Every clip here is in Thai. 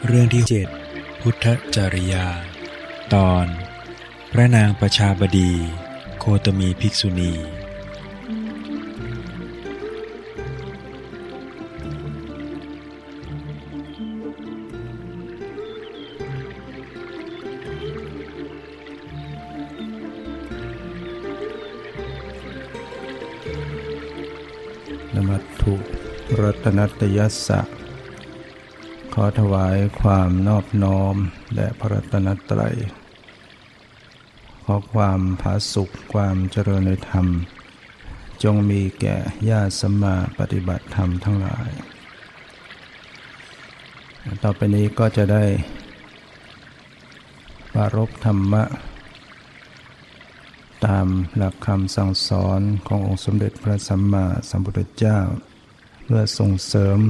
เรื่องที่7พุทธจริยาตอนพระนางประชาบดีโคตมีภิกษุณีนมัตถุรัตนัตยัสสะขอถวายความนอบน้อมแด่พระรัตนตรัยขอความผาสุกความเจริญในธรรมจงมีแก่ญาติสัมมาปฏิบัติธรรมทั้งหลายต่อไปนี้ก็จะได้ปรารภธรรมะตามหลักคำสั่งสอนขององค์สมเด็จพระสัมมาสัมพุทธเจ้าเพื่อส่งเสริม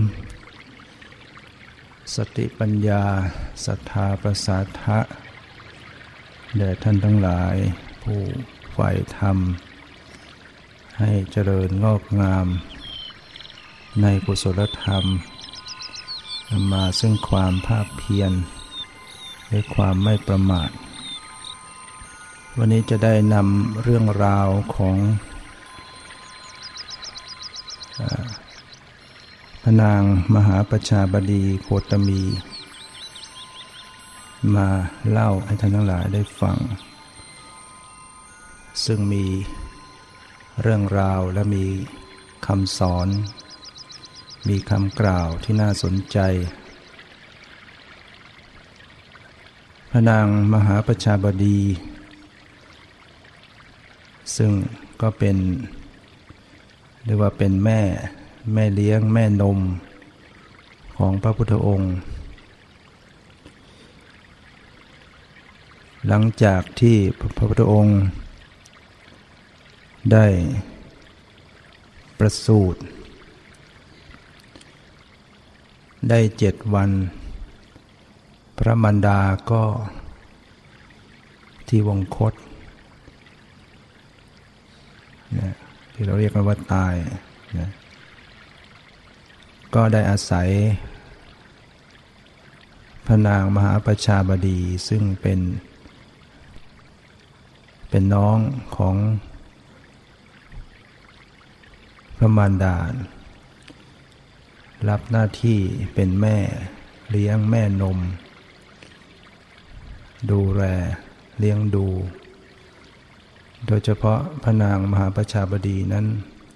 สติปัญญาศรัทธาประสาทะแด่ท่านทั้งหลายผู้ใฝ่ธรรมให้เจริญงอกงามในกุศลธรรมนำมาซึ่งความภาคเพียรและความไม่ประมาทวันนี้จะได้นำเรื่องราวของพระนางมหาประชาบดีโคตมีมาเล่าให้ท่านทั้งหลายได้ฟังซึ่งมีเรื่องราวและมีคำสอนมีคำกล่าวที่น่าสนใจพระนางมหาประชาบดีซึ่งก็เป็นเรียกว่าเป็นแม่เลี้ยงแม่นมของพระพุทธองค์หลังจากที่พระพุทธองค์ได้ประสูติได้7 วันพระมารดาก็ที่วงคตนะที่เราเรียกกันว่าตายนะก็ได้อาศัยพระนางมหาประชาบดีซึ่งเป็นน้องของพระมารดารับหน้าที่เป็นแม่เลี้ยงแม่นมดูแลเลี้ยงดูโดยเฉพาะพระนางมหาประชาบดีนั้น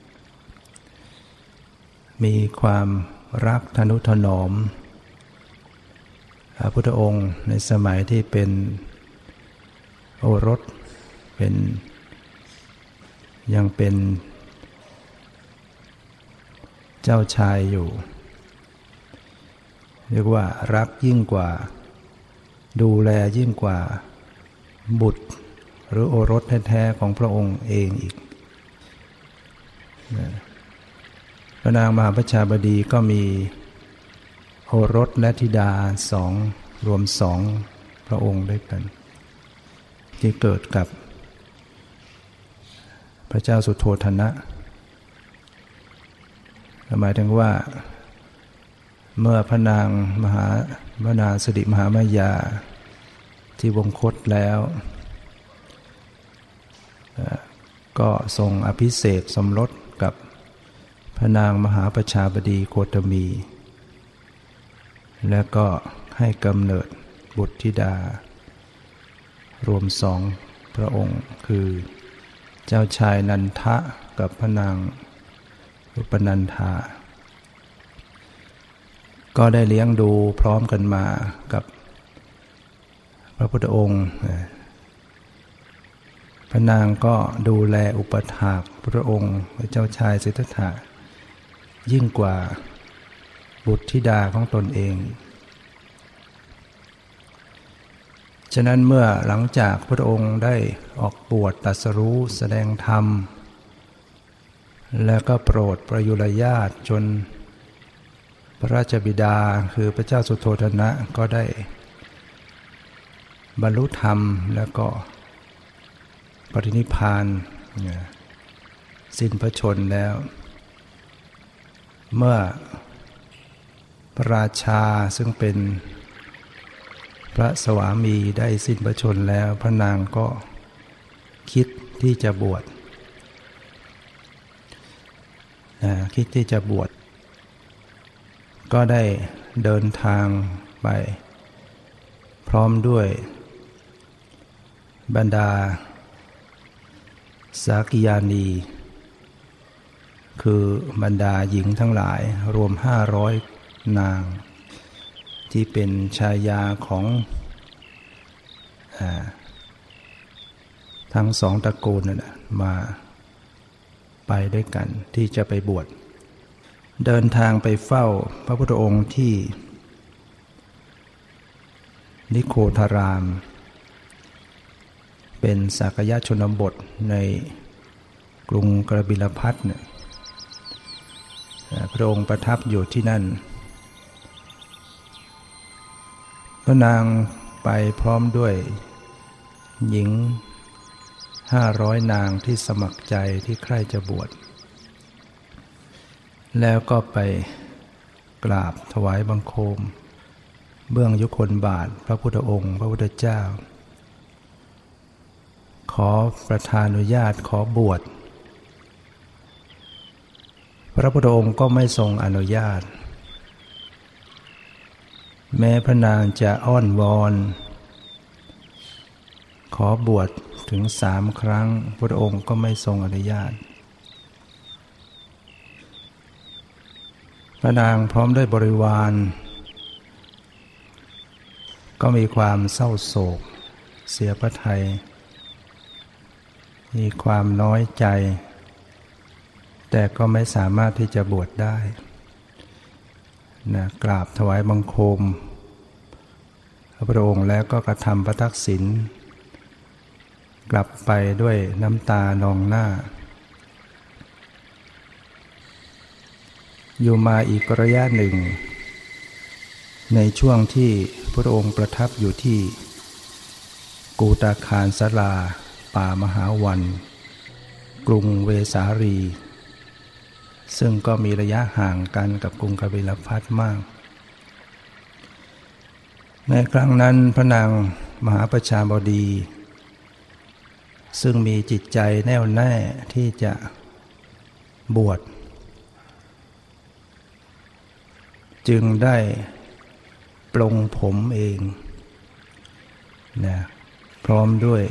มีความรักทนุถนอมพระพุทธองค์ในสมัยที่เป็นโอรสยังเป็นเจ้าชายอยู่เรียกว่ารักยิ่งกว่าดูแลยิ่งกว่าบุตรหรือโอรสแท้ๆของพระองค์เองอีกพระนางมหาประชาบดีก็มีโอรสและธิดารวม2พระองค์ด้วยกันที่เกิดกับพระเจ้าสุโธทนะหมายถึงว่าเมื่อพระนางสิริมหามายาที่วงคตแล้วก็ทรงอภิเษกสมรสกับพระนางมหาประชาบดีโคตมีและก็ให้กำเนิดบุตรธิดารวม2พระองค์คือเจ้าชายนันทะกับพระนางอุปนันธาก็ได้เลี้ยงดูพร้อมกันมากับพระพุทธองค์พระนางก็ดูแลอุปถากพระองค์เจ้าชายสิทธัตถะยิ่งกว่าบุตรธิดาของตนเองฉะนั้นเมื่อหลังจากพระองค์ได้ออกบวชตรัสรู้แสดงธรรมแล้วก็โปรดประยุรญาติจนพระราชบิดาคือพระเจ้าสุโธทนะก็ได้บรรลุธรรมแล้วก็ปรินิพพานสิ้นพระชนม์แล้ว เมื่อพระราชาซึ่งเป็นระสวามีได้สิ้นพระชนม์แล้วพระนางก็คิดที่จะบวชคิดที่จะบวชก็ได้เดินทางไปพร้อมด้วยบรรดาสากิยานีคือบรรดาหญิงทั้งหลายรวม500 นางที่เป็นชายาของทั้งสองตระกูลนั่นนะมาไปด้วยกันที่จะไปบวชเดินทางไปเฝ้าพระพุทธองค์ที่นิโคธารามเป็นสากยชนบทในกรุงกบิลพัสต์เนี่ยพระองค์ประทับอยู่ที่นั่นพระนางไปพร้อมด้วยหญิง500 นางที่สมัครใจที่ใคร่จะบวชแล้วก็ไปกราบถวายบังคมเบื้องยุคลบาทพระพุทธองค์พระพุทธเจ้าขอประทานอนุญาตขอบวชพระพุทธองค์ก็ไม่ทรงอนุญาตแม้พระนางจะอ้อนวอนขอบวชถึง3 ครั้งพระองค์ก็ไม่ทรงอนุญาตพระนางพร้อมด้วยบริวารก็มีความเศร้าโศกเสียพระทัยมีความน้อยใจแต่ก็ไม่สามารถที่จะบวชได้กราบถวายบังคมพระองค์แล้วก็กระทำพระทักษิณกลับไปด้วยน้ำตานองหน้าอยู่มาอีกระยะหนึ่งในช่วงที่พระองค์ประทับอยู่ที่กูตาคารสลาป่ามหาวันกรุงเวสาลีซึ่งก็มีระยะห่างกันกับกรุงกบิลพัสต์มากในครั้งนั้นพระนางมหาประชาบดีซึ่งมีจิตใจแน่วแน่ที่จะบวชจึงได้ปลงผมเองพร้อมด้วย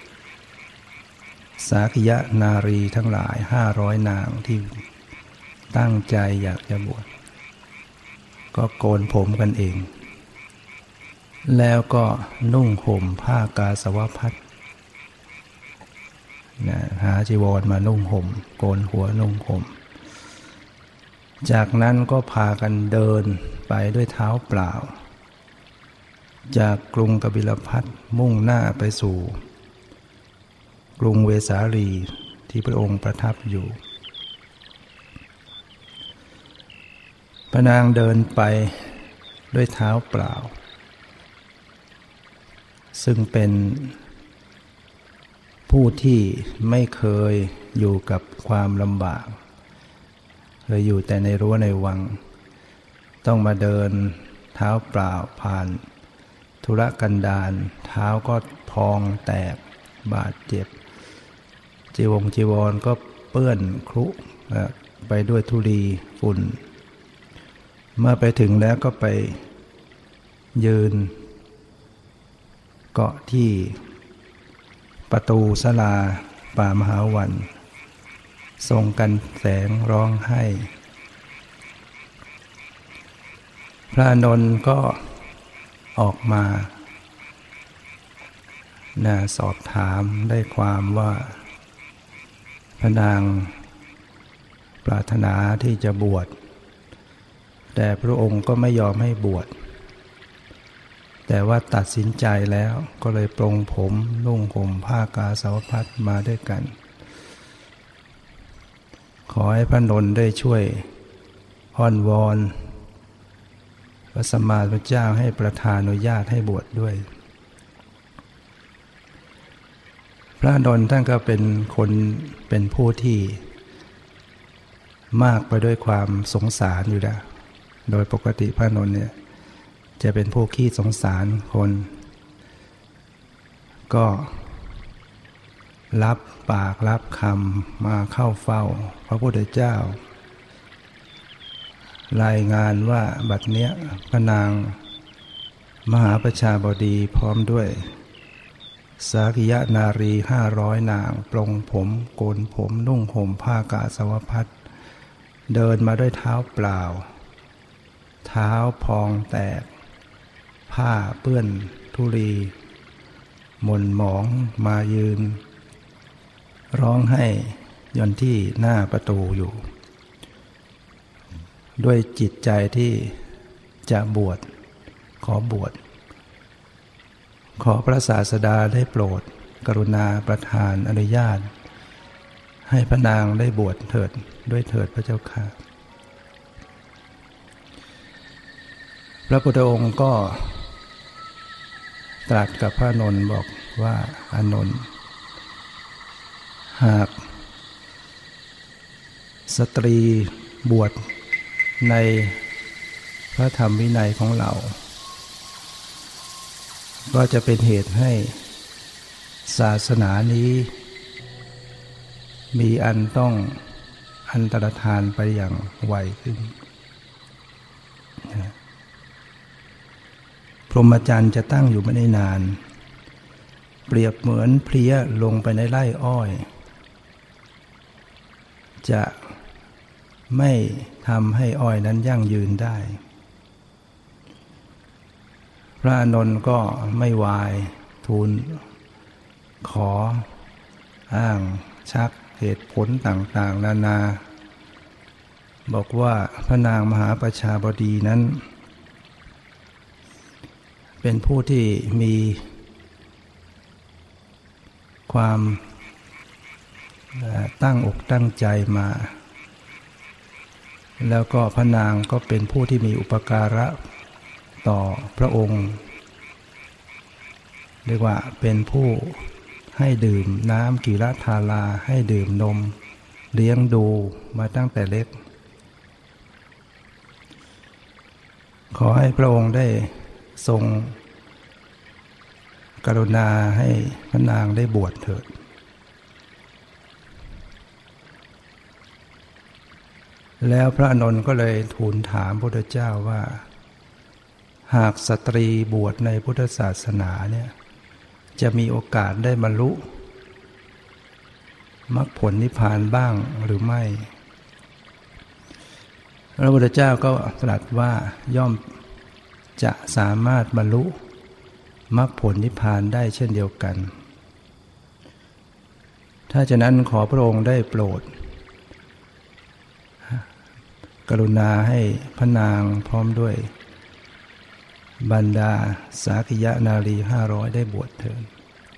สากิยนารีทั้งหลาย500 นางที่ตั้งใจอยากจะบวชก็โกนผมกันเองแล้วก็นุ่งห่มผ้ากาสาวพัสต์หาจีวรมานุ่งห่มโกนหัวนุ่งห่มจากนั้นก็พากันเดินไปด้วยเท้าเปล่าจากกรุงกบิลพัสต์มุ่งหน้าไปสู่กรุงเวสาลีที่พระองค์ประทับอยู่พระนางเดินไปด้วยเท้าเปล่าซึ่งเป็นผู้ที่ไม่เคยอยู่กับความลำบากเคยอยู่แต่ในรั้วในวังต้องมาเดินเท้าเปล่าผ่านธุรกันดารเท้าก็พองแตกบาดเจ็บจีวรก็เปื้อนครุไปด้วยธุลีฝุ่นเมื่อไปถึงแล้วก็ไปยืนเกาะที่ประตูศาลาป่ามหาวันส่งกันแสงร้องไห้พระอานนท์ก็ออกมาสอบถามได้ความว่าพระนางปรารถนาที่จะบวชแต่พระองค์ก็ไม่ยอมให้บวชแต่ว่าตัดสินใจแล้วก็เลยปลงผมนุ่งห่มผ้ากาสาวพัสต์มาด้วยกันขอให้พระนนท์ได้ช่วยอ้อนวอนพระสัมมาสัมพุทธเจ้าให้ประทานอนุญาตให้บวชด้วยพระนนท์ท่านก็เป็นผู้ที่มากไปด้วยความสงสารอยู่แล้วโดยปกติพระนนท์เนี่ยจะเป็นผู้ขี้สงสารคนก็รับปากรับคำมาเข้าเฝ้าพระพุทธเจ้ารายงานว่าบัดเนี้ยพระนางมหาประชาบดีพร้อมด้วยสากิยนารี500 นางปลงผมโกนผมนุ่งห่มผ้ากาสาวพัสเดินมาด้วยเท้าเปล่าเท้าพองแตกผ้าเปื้อนธุลีหม่นหมองมายืนร้องให้ยนที่หน้าประตูอยู่ด้วยจิตใจที่จะบวชขอบวชขอพระศาสดาได้โปรดกรุณาประทานอนุญาตให้พระนางได้บวชเถิดด้วยเถิดพระเจ้าค่ะพระพุทธองค์ก็ตรัสกับพระอานนท์บอกว่าอานนท์หากสตรีบวชในพระธรรมวินัยของเราก็จะเป็นเหตุให้ศาสนานี้มีอันต้องอันตรธานไปอย่างไวขึ้นพรหมจรรย์จะตั้งอยู่ไม่ได้นานเปรียบเหมือนเพลี้ยลงไปในไร่อ้อยจะไม่ทำให้อ้อยนั้นยั่งยืนได้พระอานนท์ก็ไม่วายทูลขออ้างชักเหตุผลต่างๆนานาบอกว่าพระนางมหาประชาบดีนั้นเป็นผู้ที่มีความตั้งอกตั้งใจมาแล้วก็พระนางก็เป็นผู้ที่มีอุปการะต่อพระองค์เรียกว่าเป็นผู้ให้ดื่มน้ำกีฬาทาราให้ดื่มนมเลี้ยงดูมาตั้งแต่เล็กขอให้พระองค์ได้ทรงกรุณาให้พระนางได้บวชเถิดแล้วพระอานนท์ก็เลยทูลถามพระพุทธเจ้าว่าหากสตรีบวชในพุทธศาสนาเนี่ยจะมีโอกาสได้บรรลุมรรคผลนิพพานบ้างหรือไม่พระพุทธเจ้าก็ตรัสว่าย่อมจะสามารถบรรลุมรรคผลนิพพานได้เช่นเดียวกันถ้าฉะนั้นขอพระองค์ได้โปรดกรุณาให้พระนางพร้อมด้วยบรรดาสากิยนารี500ได้บวชเถิด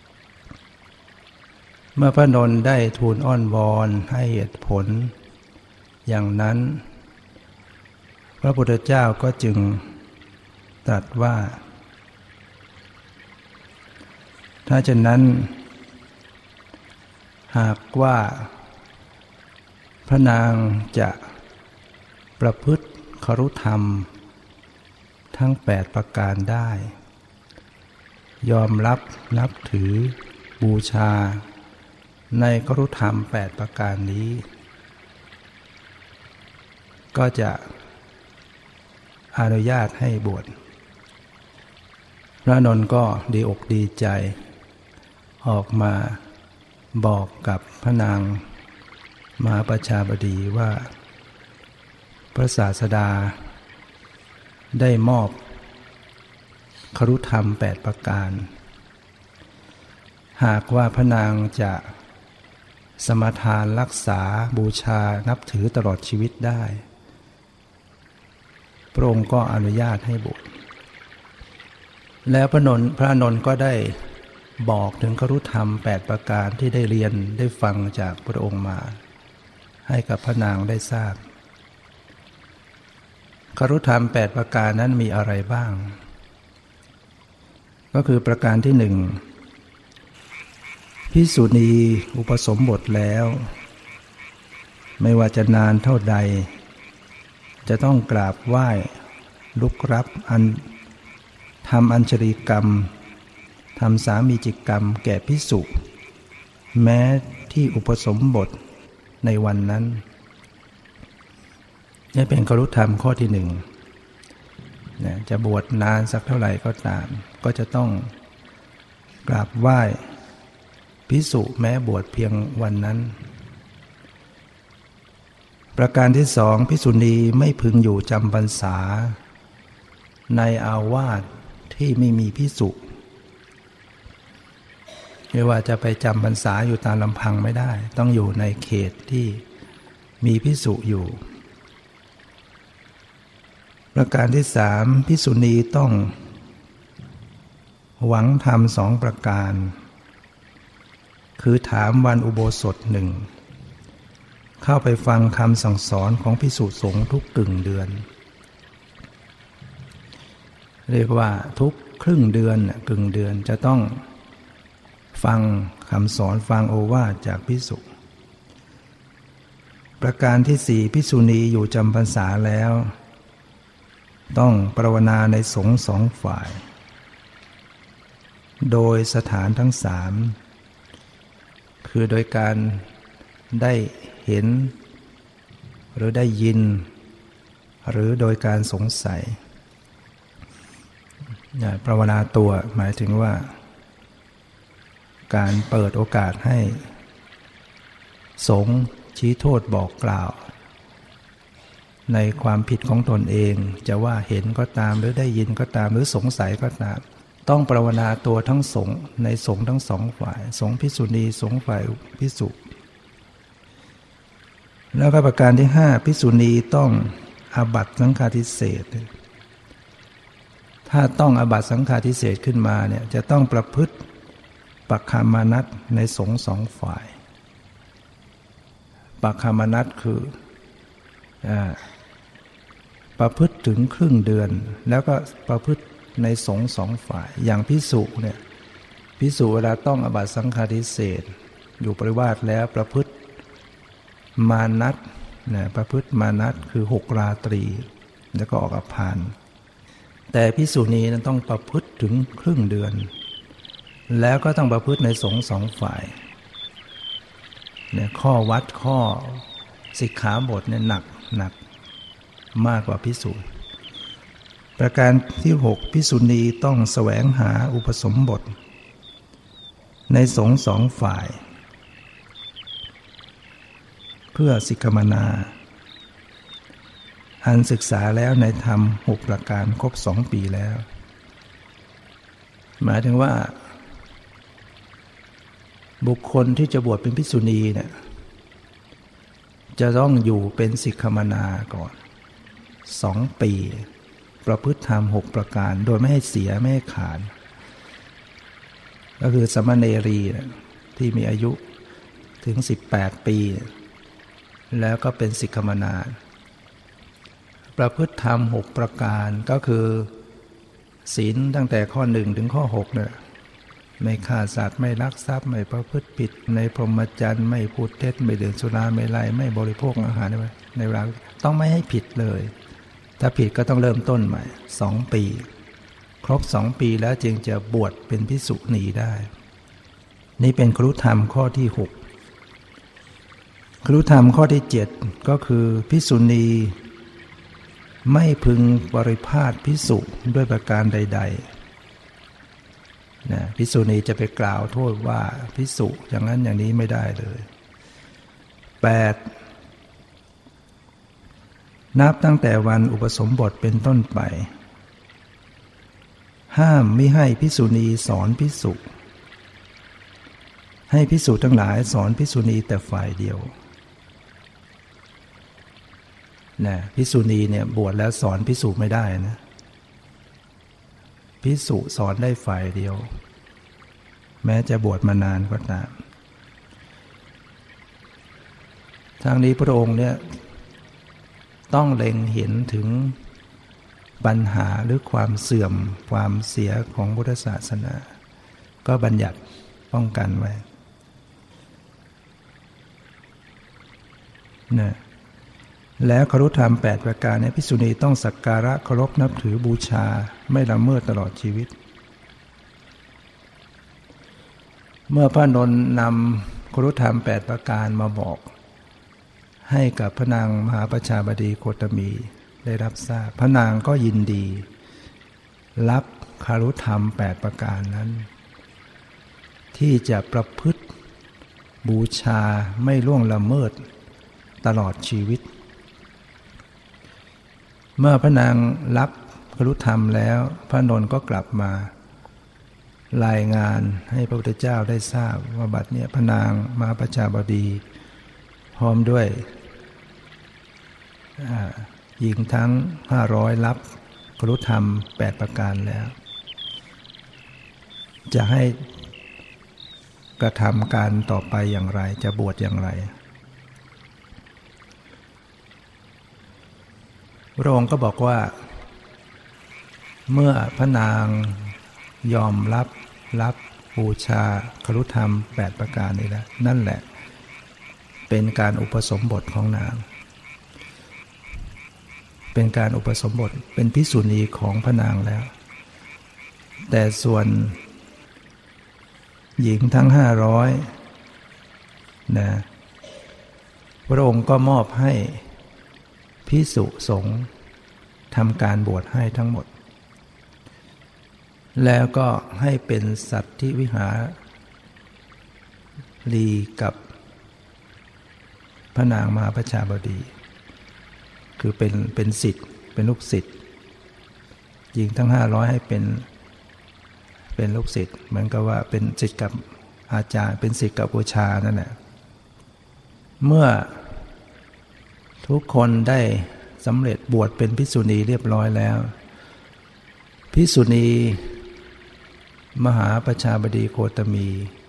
เมื่อพระนนท์ได้ทูลอ้อนวอนให้เหตุผลอย่างนั้นพระพุทธเจ้าก็จึงตรัสว่าถ้าเช่นนั้นหากว่าพระนางจะประพฤติคฤธรรมทั้ง8ประการได้ยอมรับนับถือบูชาในคฤธรรม8ประการนี้ก็จะอนุญาตให้บวชพระอานนท์ก็ดีอกดีใจออกมาบอกกับพระนางมหาประชาบดีว่าพระศาสดาได้มอบคฤธรรม8ประการหากว่าพระนางจะสมทานรักษาบูชานับถือตลอดชีวิตได้พระองค์ก็อนุญาตให้บวชแล้วพระอานนท์ก็ได้บอกถึงคฤธรรม8ประการที่ได้เรียนได้ฟังจากพระองค์มาให้กับพระนางได้ทราบคฤธรรม8ประการนั้นมีอะไรบ้างก็คือประการที่1ภิกษุณีอุปสมบทแล้วไม่ว่าจะนานเท่าใดจะต้องกราบไหว้ลุกรับทำอัญชลีกรรมทำสามีจิกรรมแก่ภิกษุแม้ที่อุปสมบทในวันนั้นนี่เป็นครุธรรมข้อที่หนึ่งนะจะบวชนานสักเท่าไหร่ก็ตามก็จะต้องกราบไหว้ภิกษุแม้บวชเพียงวันนั้นประการที่สองภิกษุณีไม่พึงอยู่จำพรรษาในอาวาสที่ไม่มีภิกษุไม่ว่าจะไปจำพรรษาอยู่ตามลำพังไม่ได้ต้องอยู่ในเขตที่มีภิกษุอยู่ประการที่สามภิกษุณีต้องหวังธรรมสองประการคือถามวันอุโบสถหนึ่งเข้าไปฟังคำสั่งสอนของภิกษุสงฆ์ทุกกึ่งเดือนเรียกว่าทุกครึ่งเดือนกึ่งเดือนจะต้องฟังคำสอนฟังโอวาทจากภิกษุประการที่สี่ภิกษุณีอยู่จำพรรษาแล้วต้องภาวนาในสงฆ์สองฝ่ายโดยสถานทั้งสามคือโดยการได้เห็นหรือได้ยินหรือโดยการสงสัยภาวนาตัวหมายถึงว่าการเปิดโอกาสให้สงฆ์ชี้โทษบอกกล่าวในความผิดของตนเองจะว่าเห็นก็ตามหรือได้ยินก็ตามหรือสงสัยก็ตามต้องภาวนาตัวทั้งสงฆ์ในสงฆ์ทั้งสองฝ่ายสงฆ์ภิกษุณีสงฆ์ฝ่ายภิกษุแล้วก็ประการที่ห้าภิกษุณีต้องอาบัติสังฆาทิเศษถ้าต้องอาบัติสังฆาทิเศษขึ้นมาเนี่ยจะต้องประพฤติปักขามนัสในสงฆ์สองฝ่ายปักขามนัสคือประพฤติถึงครึ่งเดือนแล้วก็ประพฤติในสงฆ์สองฝ่ายอย่างภิกษุเนี่ยภิกษุเวลาต้องอาบัติสังฆาทิเศษอยู่ปริวาสแล้วประพฤติมานัสนะประพฤติมานัสคือ6ราตรีแล้วก็ออกอภานแต่ภิกษุณีนั้นต้องประพฤติถึงครึ่งเดือนแล้วก็ต้องประพฤติในสงฆ์สองฝ่ายเนี่ยข้อวัดข้อสิกขาบทเนี่ยหนักมากกว่าภิกษุประการที่6ภิกษุณีต้องแสวงหาอุปสมบทในสงฆ์สองฝ่ายเพื่อสิกขมนาอันศึกษาแล้วในธรรม6ประการครบ2 ปีแล้วหมายถึงว่าบุคคลที่จะบวชเป็นภิกษุณีเนี่ยจะต้องอยู่เป็นสิกขมนาก่อน2 ปีประพฤติธรรม6ประการโดยไม่ให้เสียไม่ให้ขาดก็คือสมณเณรีที่มีอายุถึง18 ปีแล้วก็เป็นสิกขมนาประพฤติธรรม6ประการก็คือศีลตั้งแต่ข้อ1ถึงข้อ6เนี่ยไม่ฆ่าสัตว์ไม่ลักทรัพย์ไม่ประพฤติผิดในพรหมจรรย์ไม่พูดเท็จไม่ดื่มสุราเมลัยไม่บริโภคอาหารในเวลาต้องไม่ให้ผิดเลยถ้าผิดก็ต้องเริ่มต้นใหม่2 ปีครบ2 ปีแล้วจึงจะบวชเป็นภิกษุณีได้นี่เป็นครุธรรมข้อที่6ครุธรรมข้อที่7ก็คือภิกษุณีไม่พึงบริพาทภิกษุด้วยประการใดๆนะภิกษุณีจะไปกล่าวโทษว่าภิกษุอย่างนั้นอย่างนี้ไม่ได้เลย8นับตั้งแต่วันอุปสมบทเป็นต้นไปห้ามมิให้ภิกษุณีสอนภิกษุให้ภิกษุทั้งหลายสอนภิกษุณีแต่ฝ่ายเดียวนะภิกษุณีเนี่ยบวชแล้วสอนภิกษุไม่ได้นะภิกษุสอนได้ฝ่ายเดียวแม้จะบวชมานานก็ตามทางนี้พระองค์เนี่ยต้องเล็งเห็นถึงปัญหาหรือความเสื่อมความเสียของพุทธศาสนาก็บัญญัติป้องกันไว้นะแล้วครุธรรม8ประการนี้ภิกษุณีต้องสักการะเคารพนับถือบูชาไม่ละเมิดตลอดชีวิตเมื่อพระนนท์นำครุธรรม8ประการมาบอกให้กับพระนางมหาประชาบดีโคตมีได้รับทราบพระนางก็ยินดีรับครุธรรม8ประการนั้นที่จะประพฤติบูชาไม่ล่วงละเมิดตลอดชีวิตเมื่อพระนางรับครุธรรมแล้วพระนนท์ก็กลับมารายงานให้พระพุทธเจ้าได้ทราบว่าบัดนี้พระนางมหาประชาบดีพร้อมด้วยหญิงทั้ง500รับครุธรรม8ประการแล้วจะให้กระทำการต่อไปอย่างไรจะบวชอย่างไรพระองค์ก็บอกว่าเมื่อพระนางยอมรับบูชาครุธรรม8ประการนี้แล้วนั่นแหละเป็นการอุปสมบทของนางเป็นการอุปสมบทเป็นภิกษุณีของพระนางแล้วแต่ส่วนหญิงทั้ง500นะพระองค์ก็มอบให้ภิกษุสงฆ์ทำการบวชให้ทั้งหมดแล้วก็ให้เป็นสัตว์ที่วิหารีกับพระนางมหาประชาบดีคือเป็นศิษย์เป็นลูกศิษย์หญิงทั้ง500ให้เป็นลูกศิษย์เหมือนกับว่าเป็นศิษย์กับอาจารย์เป็นศิษย์กับบูชานั่นแหละเมื่อทุกคนได้สำเร็จบวชเป็นภิกษุณีเรียบร้อยแล้วภิกษุณีมหาประชาบดีโคตมี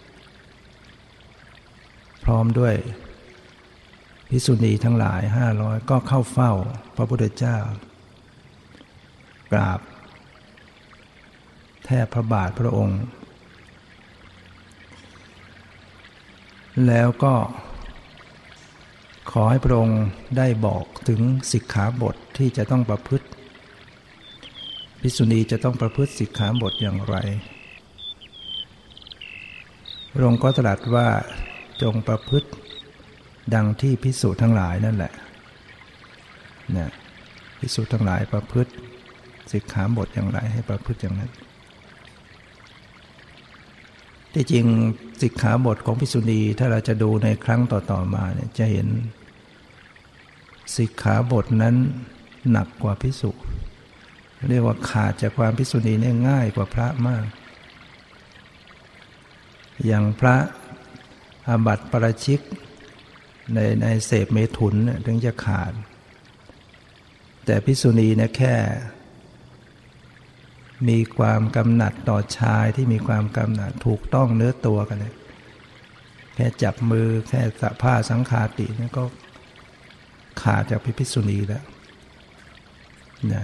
พร้อมด้วยภิกษุณีทั้งหลาย500ก็เข้าเฝ้าพระพุทธเจ้ากราบแทบพระบาทพระองค์แล้วก็ขอให้พระองค์ได้บอกถึงสิกขาบทที่จะต้องประพฤติภิกษุณีจะต้องประพฤติสิกขาบทอย่างไรพระองค์ก็ตรัสว่าจงประพฤติดังที่ภิกษุทั้งหลายนั่นแหละเนี่ยภิกษุทั้งหลายประพฤติสิกขาบทอย่างไรให้ประพฤติอย่างนั้นที่จริงสิกขาบทของภิกษุณีถ้าเราจะดูในครั้งต่อๆมาเนี่ยจะเห็นสิกขาบทนั้นหนักกว่าภิกษุเรียกว่าขาดจากความภิกษุณีเนี่ยง่ายกว่าพระมากอย่างพระอาบัติปาราชิกในเสพเมถุนถึงจะขาดแต่ภิกษุณีเนี่ยแค่มีความกำหนัดต่อชายที่มีความกำหนัดถูกต้องเนื้อตัวกันเลยแค่จับมือแค่สะผ้าสังฆาตินี่ก็ขาดจากภิกษุณีแล้วนะ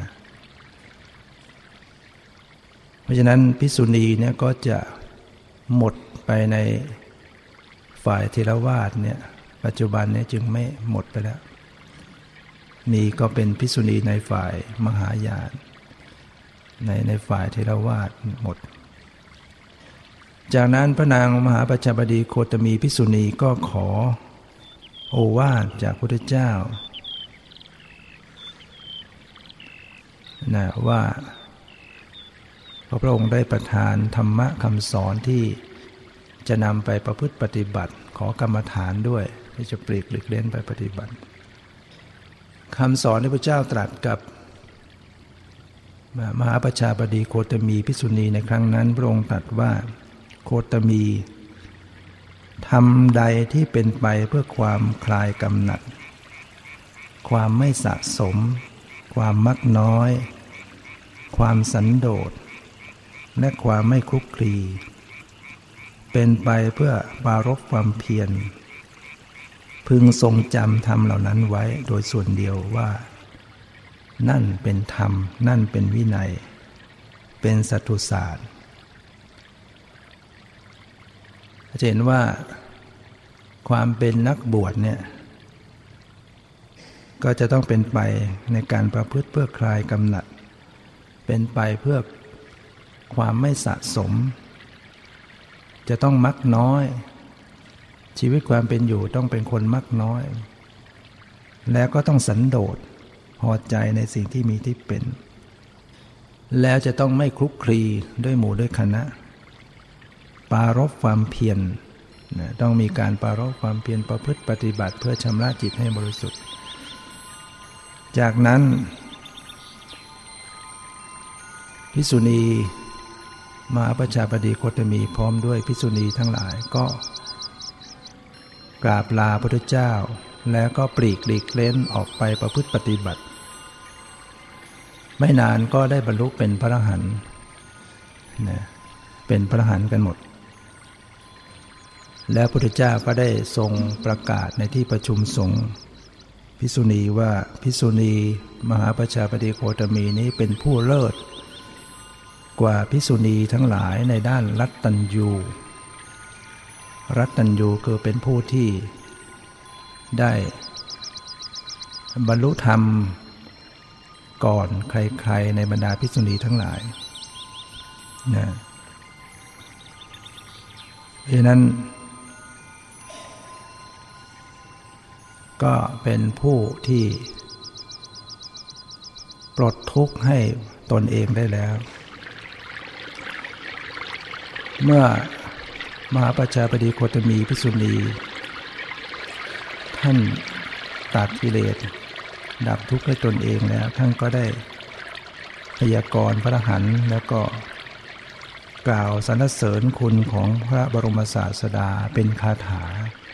เพราะฉะนั้นภิกษุณีเนี่ยก็จะหมดไปในฝ่ายเทรวาสเนี่ยปัจจุบันเนี่ยจึงไม่หมดไปแล้วมีก็เป็นภิกษุณีในฝ่ายมหายานในฝ่ายเทรวาสหมดจากนั้นพระนางมหาประชาบดีโคตมีภิกษุณีก็ขอโอวาทจากพระพุทธเจ้านะว่าพระองค์ได้ประทานธรรมะคำสอนที่จะนำไปประพฤติปฏิบัติขอกรรมฐานด้วยที่จะปลีกหลีกเล่นไปปฏิบัติคำสอนที่พระเจ้าตรัสกับมหาประชาบดีโคตมีภิกษุณีในครั้งนั้นพระองค์ตรัสว่าโคตมีทำใดที่เป็นไปเพื่อความคลายกำหนัดความไม่สะสมความมักน้อยความสันโดษและความไม่คลุกคลีเป็นไปเพื่อปรารภความเพียรพึงทรงจำธรรมเหล่านั้นไว้โดยส่วนเดียวว่านั่นเป็นธรรมนั่นเป็นวินัยเป็นสัตตุศาสตร์จะเห็นว่าความเป็นนักบวชเนี่ยก็จะต้องเป็นไปในการประพฤติเพื่อคลายกำหนัดเป็นไปเพื่อความไม่สะสมจะต้องมักน้อยชีวิตความเป็นอยู่ต้องเป็นคนมักน้อยแล้วก็ต้องสันโดษพอใจในสิ่งที่มีที่เป็นแล้วจะต้องไม่คลุกคลีด้วยหมู่ด้วยคณะปรารภความเพียรต้องมีการปรารภความเพียรประพฤติปฏิบัติเพื่อชำระจิตให้บริสุทธิ์จากนั้นภิกษุณีมหาประชาบดีโคตมีพร้อมด้วยภิกษุณีทั้งหลายก็กราบลาพระพุทธเจ้าแล้วก็ปลีกหลีกเล้นออกไปประพฤติปฏิบัติไม่นานก็ได้บรรลุเป็นพระอรหันต์เป็นพระอรหันต์กันหมดแล้วพระพุทธเจ้าก็ได้ทรงประกาศในที่ประชุมสงฆ์ภิกษุณีว่าภิกษุณีมหาประชาบดีโคตมีนี้เป็นผู้เลิศกว่าภิกษุณีทั้งหลายในด้านรัตตัญญูรัตตัญญูคือเป็นผู้ที่ได้บรรลุธรรมก่อนใครๆในบรรดาภิกษุณีทั้งหลายนะดังนั้นก็เป็นผู้ที่ปลดทุกข์ให้ตนเองได้แล้วเมื่อมหาประชาบดีโคตมีภิกษุณีท่านตัดกิเลสดับทุกข์ให้ตนเองแล้วท่านก็ได้พยากรณ์พระอรหันต์แล้วก็กล่าวสรรเสริญคุณของพระบรมศาสดาเป็นคาถา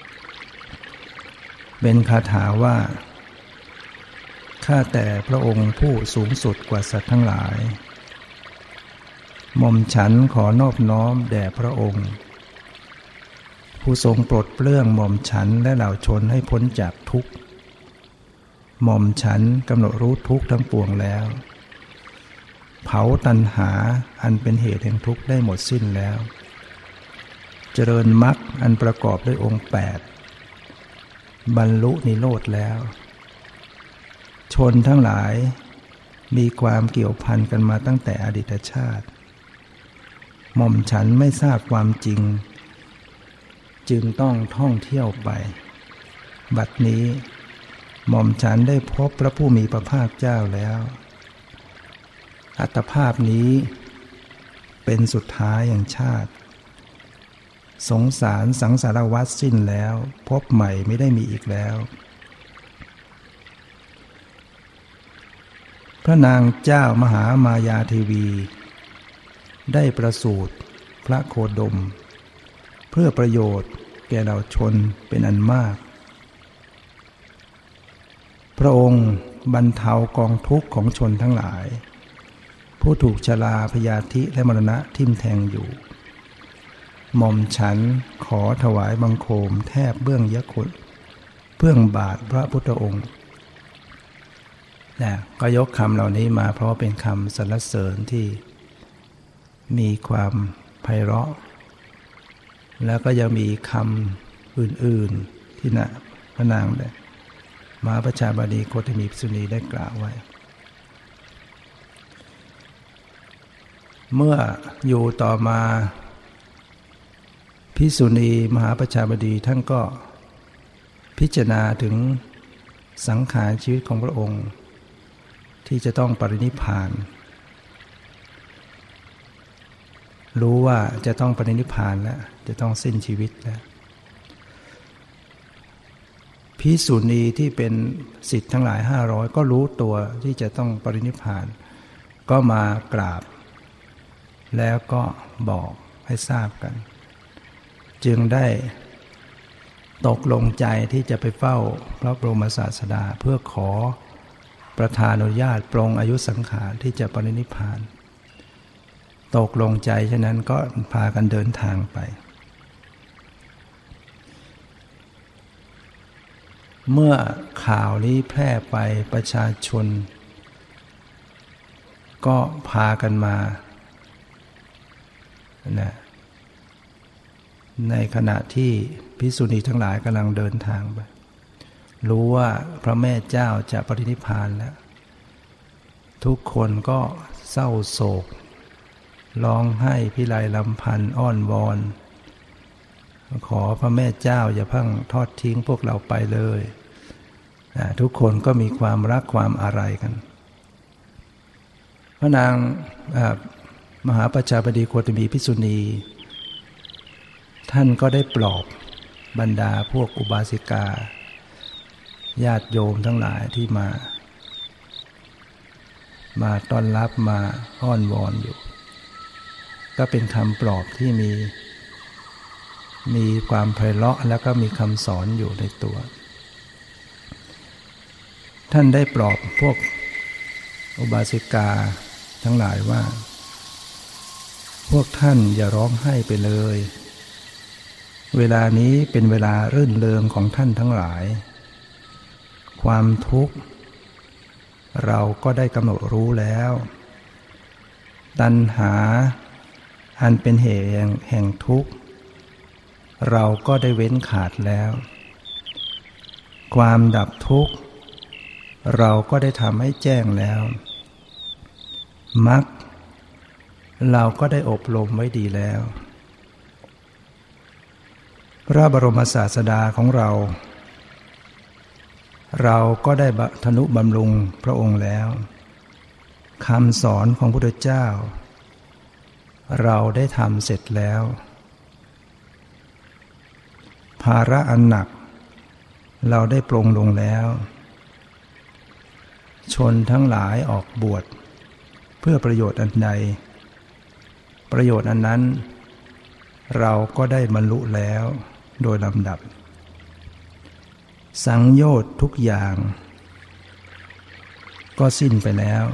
ว่าข้าแต่พระองค์ผู้สูงสุดกว่าสัตว์ทั้งหลายหม่อมฉันขอนอบน้อมแด่พระองค์ผู้ทรงปลดเปลื้องหม่อมฉันและเหล่าชนให้พ้นจากทุกข์หม่อมฉันกำหนดรู้ทุกข์ทั้งปวงแล้วเผาตัณหาอันเป็นเหตุแห่งทุกข์ได้หมดสิ้นแล้วเจริญมรรคอันประกอบด้วยองค์8บรรลุนิโรธแล้วชนทั้งหลายมีความเกี่ยวพันกันมาตั้งแต่อดีตชาติหม่อมฉันไม่ทราบความจริงจึงต้องท่องเที่ยวไปบัดนี้หม่อมฉันได้พบพระผู้มีพระภาคเจ้าแล้วอัตภาพนี้เป็นสุดท้ายแห่งชาติสงสารสังสารวัฏสิ้นแล้วพบใหม่ไม่ได้มีอีกแล้วพระนางเจ้ามหามายาเทวีได้ประสูติพระโคดมเพื่อประโยชน์แก่เหล่าชนเป็นอันมากพระองค์บรรเทากองทุกข์ของชนทั้งหลายผู้ถูกชราพยาธิและมรณะทิ่มแทงอยู่หม่อมฉันขอถวายบังคมแทบเบื้องยะคุณเบื้องบาทพระพุทธองค์ก็ยกคำเหล่านี้มาเพราะเป็นคำสรรเสริญที่มีความไพเราะแล้วก็ยังมีคำอื่นๆที่พระนางได้มหาประชาบดีโคตมีภิกษุณีได้กล่าวไว้เมื่ออยู่ต่อมาภิกษุณีมหาประชาบดีท่านก็พิจารณาถึงสังขารชีวิตของพระองค์ที่จะต้องปรินิพพานรู้ว่าจะต้องปรินิพพานแล้วจะต้องสิ้นชีวิตแล้วภิกษุณีที่เป็นศิษย์ทั้งหลาย500ก็รู้ตัวที่จะต้องปรินิพพานก็มากราบแล้วก็บอกให้ทราบกันจึงได้ตกลงใจที่จะไปเฝ้าพระบรมศาสดาเพื่อขอประทานอนุญาตปรงอายุสังขารที่จะปรินิพพานตกลงใจฉะนั้นก็พากันเดินทางไปเมื่อข่าวนี้แพร่ไปประชาชนก็พากันมาในขณะที่ภิกษุณีทั้งหลายกำลังเดินทางไปรู้ว่าพระแม่เจ้าจะปรินิพพานแล้วทุกคนก็เศร้าโศกร้องไห้พิไรลำพันธ์อ้อนวอนขอพระแม่เจ้าอย่าเพิ่งทอดทิ้งพวกเราไปเลยทุกคนก็มีความรักความอาลัยกันพระนางมหาประชาบดีโคตมีภิกษุณีท่านก็ได้ปลอบบรรดาพวกอุบาสิกาญาติโยมทั้งหลายที่มาต้อนรับมาอ้อนวอนอยู่ก็เป็นคำปลอบที่มีความไพเราะแล้วก็มีคำสอนอยู่ในตัวท่านได้ปลอบพวกอุบาสิกาทั้งหลายว่าพวกท่านอย่าร้องไห้ไปเลยเวลานี้เป็นเวลารื่นเริงของท่านทั้งหลายความทุกข์เราก็ได้กำหนดรู้แล้วตัณหาอันเป็นเหตุแห่งทุกข์เราก็ได้เว้นขาดแล้วความดับทุกข์เราก็ได้ทำให้แจ้งแล้วมรรคเราก็ได้อบรมไว้ดีแล้วพระบรมศาสดาของเราก็ได้ทนุบำรุงพระองค์แล้วคำสอนของพระพุทธเจ้าเราได้ทำเสร็จแล้วภาระอันหนักเราได้ปลงลงแล้วชนทั้งหลายออกบวชเพื่อประโยชน์อันใดประโยชน์อันนั้นเราก็ได้บรรลุแล้วโดยลำดับสังโยชน์ทุกอย่างก็สิ้นไปแล้ว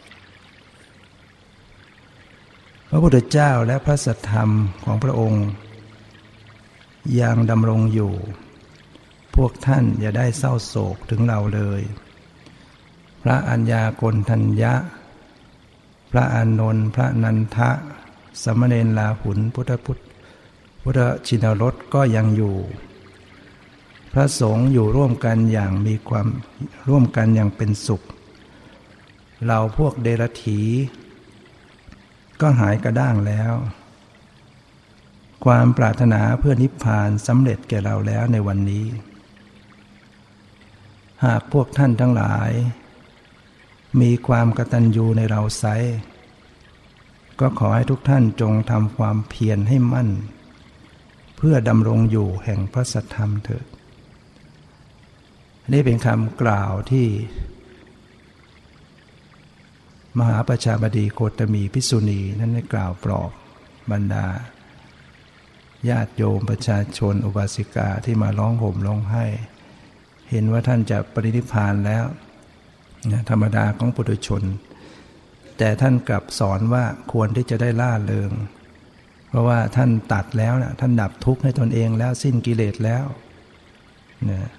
พระพุทธเจ้าและพระสัทธรรมของพระองค์ยังดำรงอยู่พวกท่านอย่าได้เศร้าโศกถึงเราเลยพระอัญญาโกณฑัญญะพระอานนท์พระนันทะสมณเณรลาหุนพุทธชินรสก็ยังอยู่พระสงฆ์อยู่ร่วมกันอย่างมีความร่วมกันอย่างเป็นสุขเราพวกเดรัจฉีก็หายกระด้างแล้วความปรารถนาเพื่อนิพพานสำเร็จแก่เราแล้วในวันนี้หากพวกท่านทั้งหลายมีความกตัญญูในเราไซร้ก็ขอให้ทุกท่านจงทำความเพียรให้มั่นเพื่อดำรงอยู่แห่งพระสัทธรรมเถิดนี่เป็นคำกล่าวที่มหาประชาบดีโคตมีภิกษุณีนั้นได้กล่าวปลอบบรรดาญาติโยมประชาชนอุบาสิกาที่มาร้องห่มร้องไห้เห็นว่าท่านจะปรินิพพานแล้วธรรมดาของปุถุชนแต่ท่านกลับสอนว่าควรที่จะได้ล่าเริงเพราะว่าท่านตัดแล้วนะท่านดับทุกข์ให้ตนเองแล้วสิ้นกิเลสแล้วนะ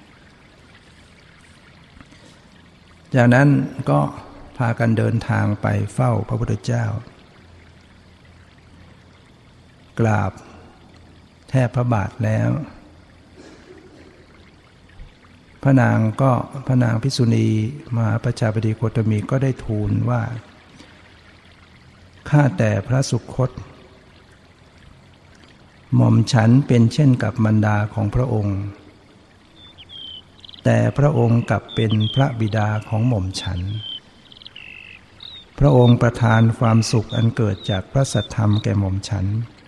จากนั้นก็พากันเดินทางไปเฝ้าพระพุทธเจ้ากราบแทบพระบาทแล้วพระนางภิกษุณีมหาประชาบดีโคตมีก็ได้ทูลว่าข้าแต่พระสุคตหม่อมฉันเป็นเช่นกับมารดาของพระองค์แต่พระองค์กลับเป็นพระบิดาของหม่อมฉันพระองค์ประทานความสุขอันเกิดจากพระสัทธรรมแก่หม่อมฉัน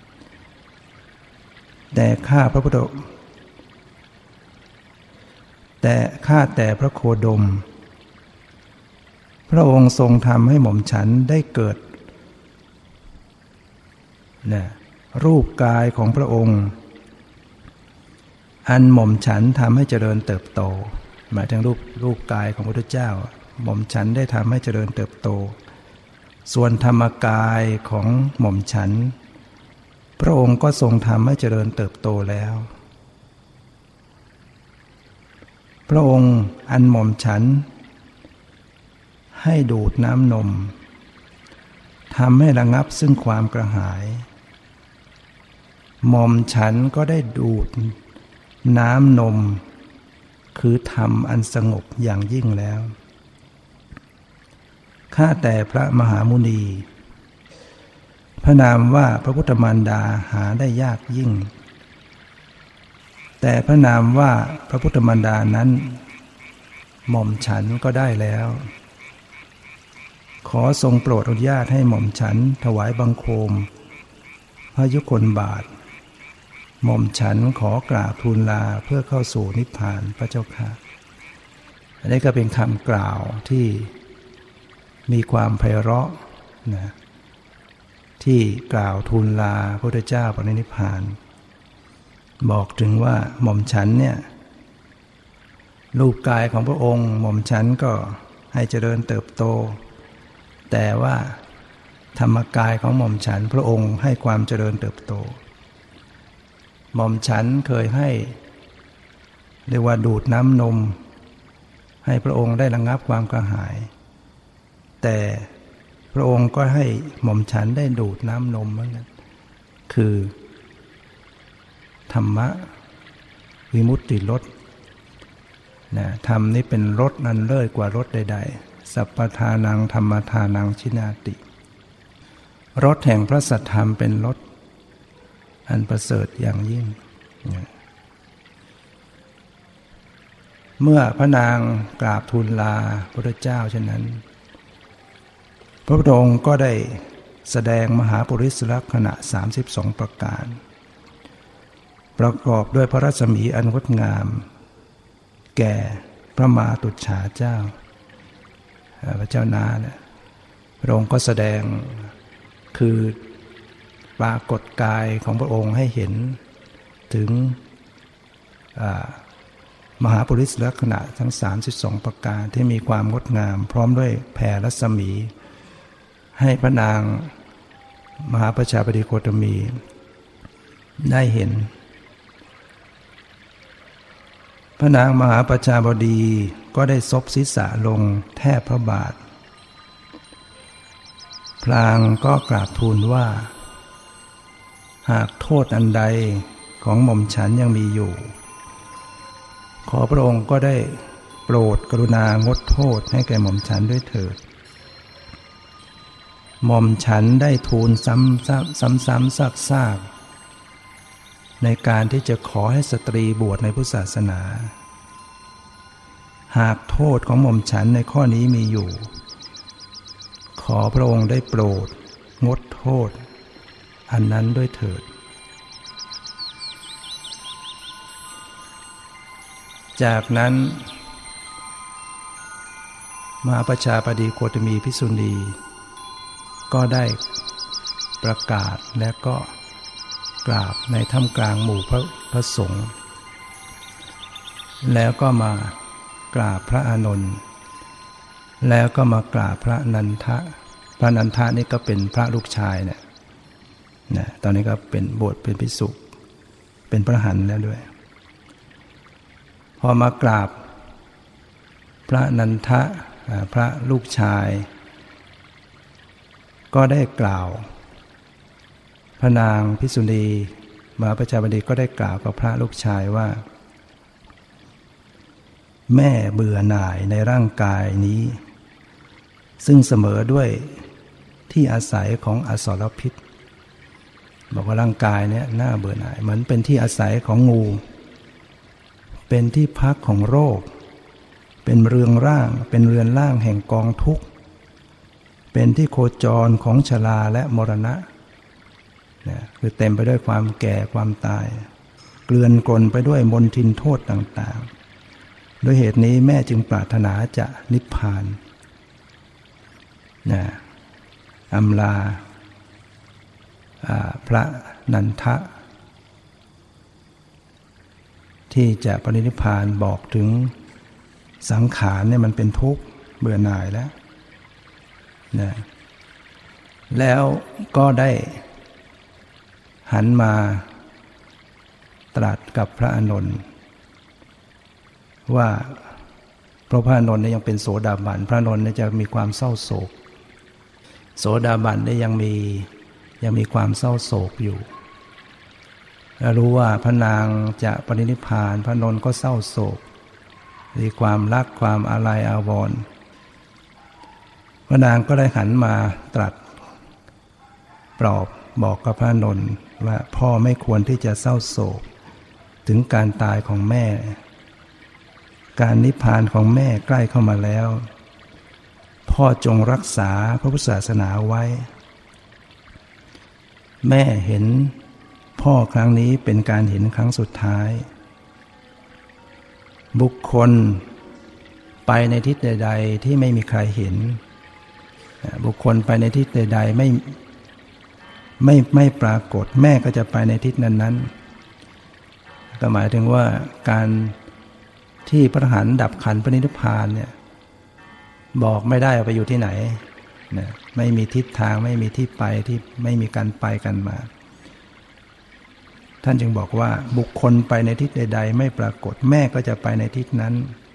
แต่ข้าแต่พระโคดมพระองค์ทรงทำให้หม่อมฉันได้เกิดรูปกายของพระองค์อันหม่อมฉันทำให้เจริญเติบโตหมายถึงรูปกายของพระพุทธเจ้าหม่อมฉันได้ทำให้เจริญเติบโตส่วนธรรมกายของหม่อมฉันพระองค์ก็ทรงทำให้เจริญเติบโตแล้วพระองค์อันหม่อมฉันให้ดูดน้ำนมทำให้ระงับซึ่งความกระหายหม่อมฉันก็ได้ดูดน้ำนมคือธรรมอันสงบอย่างยิ่งแล้วข้าแต่พระมหามุนีพระนามว่าพระพุทธมารดาหาได้ยากยิ่งแต่พระนามว่าพระพุทธมารดานั้นหม่อมฉันก็ได้แล้วขอทรงโปรดอนุญาตให้หม่อมฉันถวายบังคมพระยุคลบาทหม่อมฉันขอกราบทูลลาเพื่อเข้าสู่นิพพานพระเจ้าค่ะอันนี้ก็เป็นคำกล่าวที่มีความไพเราะนะที่กล่าวทูลลาพระพุทธเจ้าปรินิพพานบอกถึงว่าหม่อมฉันเนี่ยรูปกายของพระองค์หม่อมฉันก็ให้เจริญเติบโตแต่ว่าธรรมกายของหม่อมฉันพระองค์ให้ความเจริญเติบโตหม่อมฉันเคยให้เรียกว่าดูดน้ำนมให้พระองค์ได้ระงับความกระหายแต่พระองค์ก็ให้หม่อมฉันได้ดูดน้ำนมเหมือนกันคือธรรมะวิมุตติรสนะธรรมนี้เป็นรสนั้นเลิศกว่ารสใดๆสัพพทานังธรรมทานังชินาติรสแห่งพระสัทธรรมเป็นรสอันประเสริฐอย่างยิ่งเมื่อพระนางกราบทูลลาพระพุทธเจ้าเช่นนั้นพระพุทธองค์ก็ได้แสดงมหาปุริสลักษณะ32ประการประกอบด้วยพระรัศมีอันงดงามแก่พระมาตุจฉาเจ้าพระเจ้านาเนี่ยพระองค์ก็แสดงคือปรากฏกายของพระองค์ให้เห็นถึงมหาปุริสลักษณะทั้ง32ประการที่มีความงดงามพร้อมด้วยแผ่รัศมีให้พระนางมหาประชาบดีโคตมีได้เห็นพระนางมหาประชาบดีก็ได้ซบศีรษะลงแทบพระบาทพลางก็กราบทูลว่าหากโทษอันใดของหม่อมฉันยังมีอยู่ขอพระองค์ก็ได้โปรดกรุณางดโทษให้แก่หม่อมฉันด้วยเถิดหม่อมฉันได้ทูลซ้ำซากในการที่จะขอให้สตรีบวชในพุทธศาสนาหากโทษของหม่อมฉันในข้อนี้มีอยู่ขอพระองค์ได้โปรดงดโทษอันนั้นด้วยเถิดจากนั้นมหาประชาบดีโคตมีภิกษุณีก็ได้ประกาศและก็กราบในท่ามกลางหมู่พระสงฆ์แล้วก็มากราบพระอานนท์แล้วก็มากราบพระนันทะพระนันทะนี่ก็เป็นพระลูกชายเนี่ยนะตอนนี้ก็เป็นบวชเป็นภิกษุเป็นพระอรหันต์แล้วด้วยพอมากราบพระนันทะพระลูกชายก็ได้กล่าวพระนางภิกษุณีมหาประชาบดีก็ได้กล่าวกับพระลูกชายว่าแม่เบื่อหน่ายในร่างกายนี้ซึ่งเสมอด้วยที่อาศัยของอสรพิษบอกว่าร่างกายเนี่ยน่าเบื่อหน่ายเหมือนเป็นที่อาศัยของงูเป็นที่พักของโรคเป็นเรือนร่างแห่งกองทุกข์เป็นที่โคจรของชราและมรณะคือเต็มไปด้วยความแก่ความตายเกลื่อนกลนไปด้วยมลทินโทษต่างๆด้วยเหตุนี้แม่จึงปรารถนาจะนิพพานอำลาพระนันทะที่จะปรินิพพานบอกถึงสังขารเนี่ยมันเป็นทุกข์เบื่อหน่ายแล้วก็ได้หันมาตรัสกับพระอานนท์ว่าเพราะพระอานนท์เนี่ยยังเป็นโสดาบันพระอานนท์เนี่ยจะมีความเศร้าโศกโสดาบันเนี่ยยังมีความเศร้าโศกอยู่แล้วรู้ว่าพระนางจะปรินิพพานพระอานนท์ก็เศร้าโศกมีความรักความอาลัยอาวรณ์พระนางก็ได้หันมาตรัสปลอบบอกกับพระอานนท์ว่าพ่อไม่ควรที่จะเศร้าโศกถึงการตายของแม่การนิพพานของแม่ใกล้เข้ามาแล้วพ่อจงรักษาพระพุทธศาสนาไว้แม่เห็นพ่อครั้งนี้เป็นการเห็นครั้งสุดท้ายบุคคลไปในทิศใดๆที่ไม่มีใครเห็นบุคคลไปในทิศใดๆไม่ปรากฏแม่ก็จะไปในทิศนั้นๆก็หมายถึงว่าการที่พระอรหันต์ดับขันธ์พระนิพพานเนี่ยบอกไม่ได้ไปอยู่ที่ไหนนะไม่มีทิศทางไม่มีที่ไปที่ไม่มีการไปกันมาท่านจึงบอกว่าบุคคลไปในทิศใดๆไม่ปรากฏแม่ก็จะไปในทิศนั้น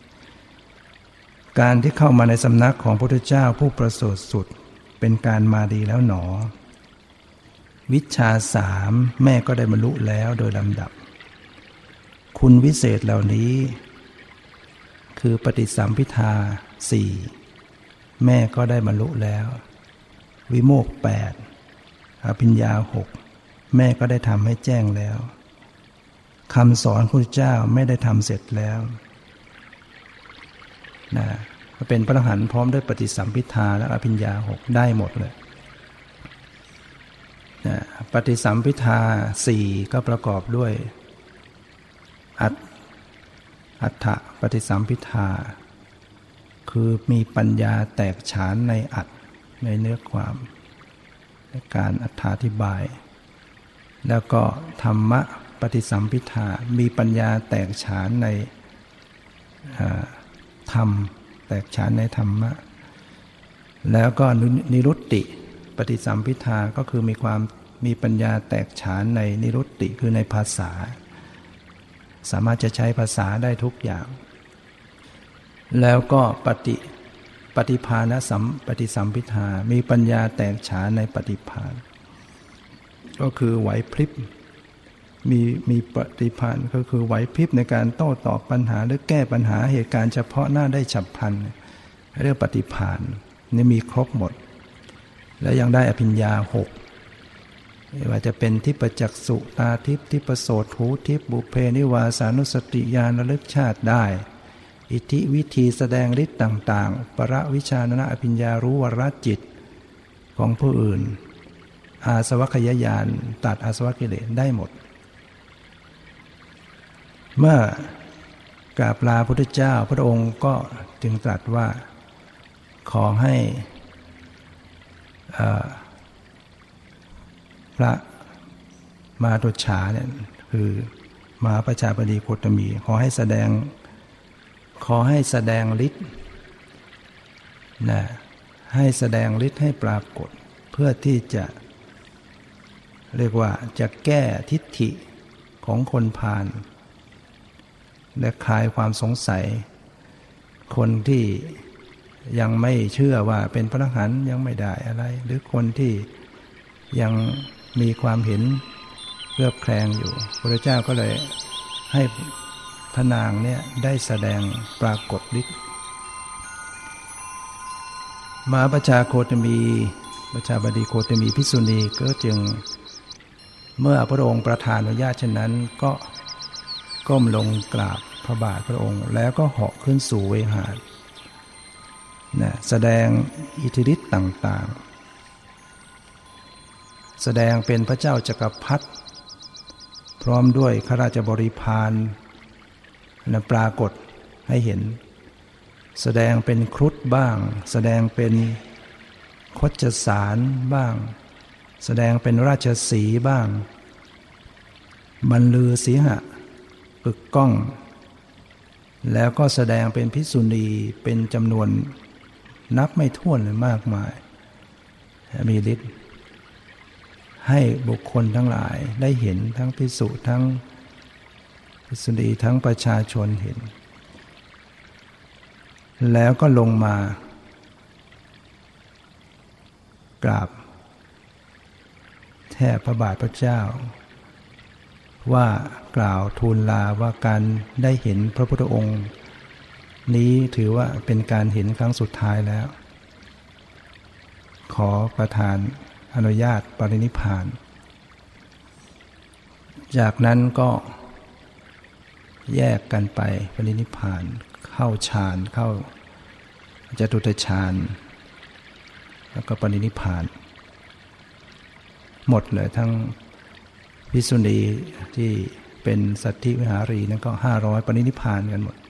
การที่เข้ามาในสำนักของพระพุทธเจ้าผู้ประเสริฐสุดเป็นการมาดีแล้วหนอวิชชา3แม่ก็ได้บรรลุแล้วโดยลำดับคุณวิเศษเหล่านี้คือปฏิสัมภิทา4แม่ก็ได้บรรลุแล้ววิโมกข์8อภิญญา6แม่ก็ได้ทำให้แจ้งแล้วคำสอนพระพุทธเจ้าไม่ได้ทำเสร็จแล้วนะเป็นพระอรหันต์พร้อมด้วยปฏิสัมภิทาและอภิญญา6ได้หมดเลยนะปฏิสัมภิทา4ก็ประกอบด้วยอัฏฐปฏิสัมภิทาคือมีปัญญาแตกฉานในอัตในเนื้อความในการอธิบายแล้วก็ธรรมะปฏิสัมภิทามีปัญญาแตกฉานในธรรมแตกฉานในธรรมะแล้วก็นิรุตติปฏิสัมภิทาก็คือมีปัญญาแตกฉานในนิรุตติคือในภาษาสามารถจะใช้ภาษาได้ทุกอย่างแล้วก็ปฏิภาณปฏิสัมภิทามีปัญญาแตกฉานในปฏิภาณก็คือไหวพริบมีปฏิภาณก็คือไหวพริบในการโต้ตอบปัญหาหรือแก้ปัญหาเหตุการณ์เฉพาะหน้าได้ฉับพลันเรียกปฏิภาณนี่มีครบหมดและยังได้อภิญญา6ไม่ว่าจะเป็นทิพจักษุตาทิพทิพโสตหูทิพบุพเพนิวาสานุสติญาณระลึกชาติได้อิทธิวิธีแสดงฤทธิ์ต่างๆปรวิชานนะอภิญญารู้วรจิตของผู้อื่นอาสวัคยญาณตัดอาสวะกิเลสได้หมดเมื่อกราบลาพระพุทธเจ้าพระองค์ก็จึงตรัสว่าขอให้พระมาตุจฉาเนี่ยคือมหาประชาบดีโคตมีขอให้แสดงฤทธิ์นะให้แสดงฤทธิ์ให้ปรากฏเพื่อที่จะเรียกว่าจะแก้ทิฏฐิของคนพาลและคลายความสงสัยคนที่ยังไม่เชื่อว่าเป็นพระอรหันต์ยังไม่ได้อะไรหรือคนที่ยังมีความเห็นเคลือบแคลงอยู่พระเจ้าก็เลยให้พระนางเนี่ยได้แสดงปรากฏฤทธิ์มหาประชาโคตมีประชาบดีโคตมีภิกษุณีก็จึงเมื่อพระองค์ประทานอนุญาตเช่นนั้นก็ก้มลงกราบพระบาทพระองค์แล้วก็เหาะขึ้นสู่เวหานะแสดงอิทธิฤทธิ์ต่างๆแสดงเป็นพระเจ้าจักรพรรดิพร้อมด้วยข้าราชบริพารและปรากฏให้เห็นแสดงเป็นครุฑบ้างแสดงเป็นคชสารบ้างแสดงเป็นราชสีห์บ้างบรรลือสีหะปึกก้องแล้วก็แสดงเป็นภิกษุณีเป็นจำนวนนับไม่ถ้วนเลยมากมายมีฤทธิ์ให้บุคคลทั้งหลายได้เห็นทั้งภิกษุทั้งภิกษุณีทั้งประชาชนเห็นแล้วก็ลงมากราบแทบพระบาทพระเจ้าว่ากล่าวทูลลาว่าการได้เห็นพระพุทธองค์นี้ถือว่าเป็นการเห็นครั้งสุดท้ายแล้วขอประทานอนุญาตปรินิพพานจากนั้นก็แยกกันไปปรินิพพานเข้าฌานเข้าจตุตฌานแล้วก็ปรินิพพานหมดเลยทั้งภิกษุณีที่เป็นสัทธิวิหารีนั่นก็500ปรินิพพานกันหมด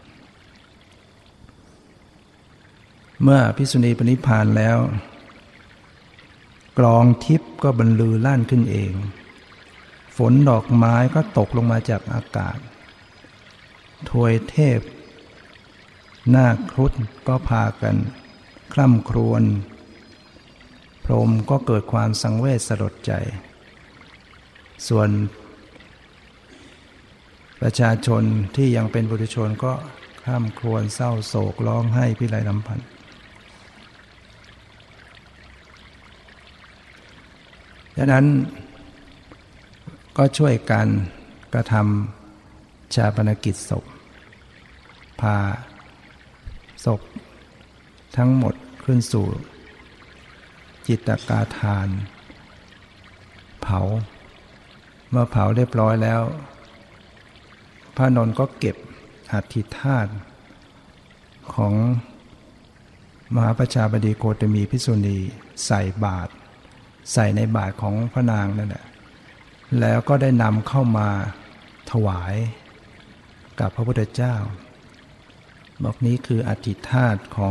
เมื่อภิกษุณีปรินิพพานแล้วกลองทิพย์ก็บรรลือลั่นขึ้นเองฝนดอกไม้ก็ตกลงมาจากอากาศทวยเทพนาคครุฑก็พากันคร่ำครวญพรหมก็เกิดความสังเวชสลดใจส่วนประชาชนที่ยังเป็นปุถุชนก็คร่ำครวญเศร้าโศกร้องไห้พิไรลำพันธ์ดังนั้นก็ช่วยกันกระทำชาปนกิจศพพาศพทั้งหมดขึ้นสู่จิตกาทานเผาเมื่อเผาเรียบร้อยแล้วพระนนท์ก็เก็บอัฐิธาตุของมหาประชาบดีโคตมีภิกษุณีใส่บาตรใส่ในบาตรของพระนางนั่นแหละแล้วก็ได้นำเข้ามาถวายกับพระพุทธเจ้าบอกนี้คืออัฐิธาตุของ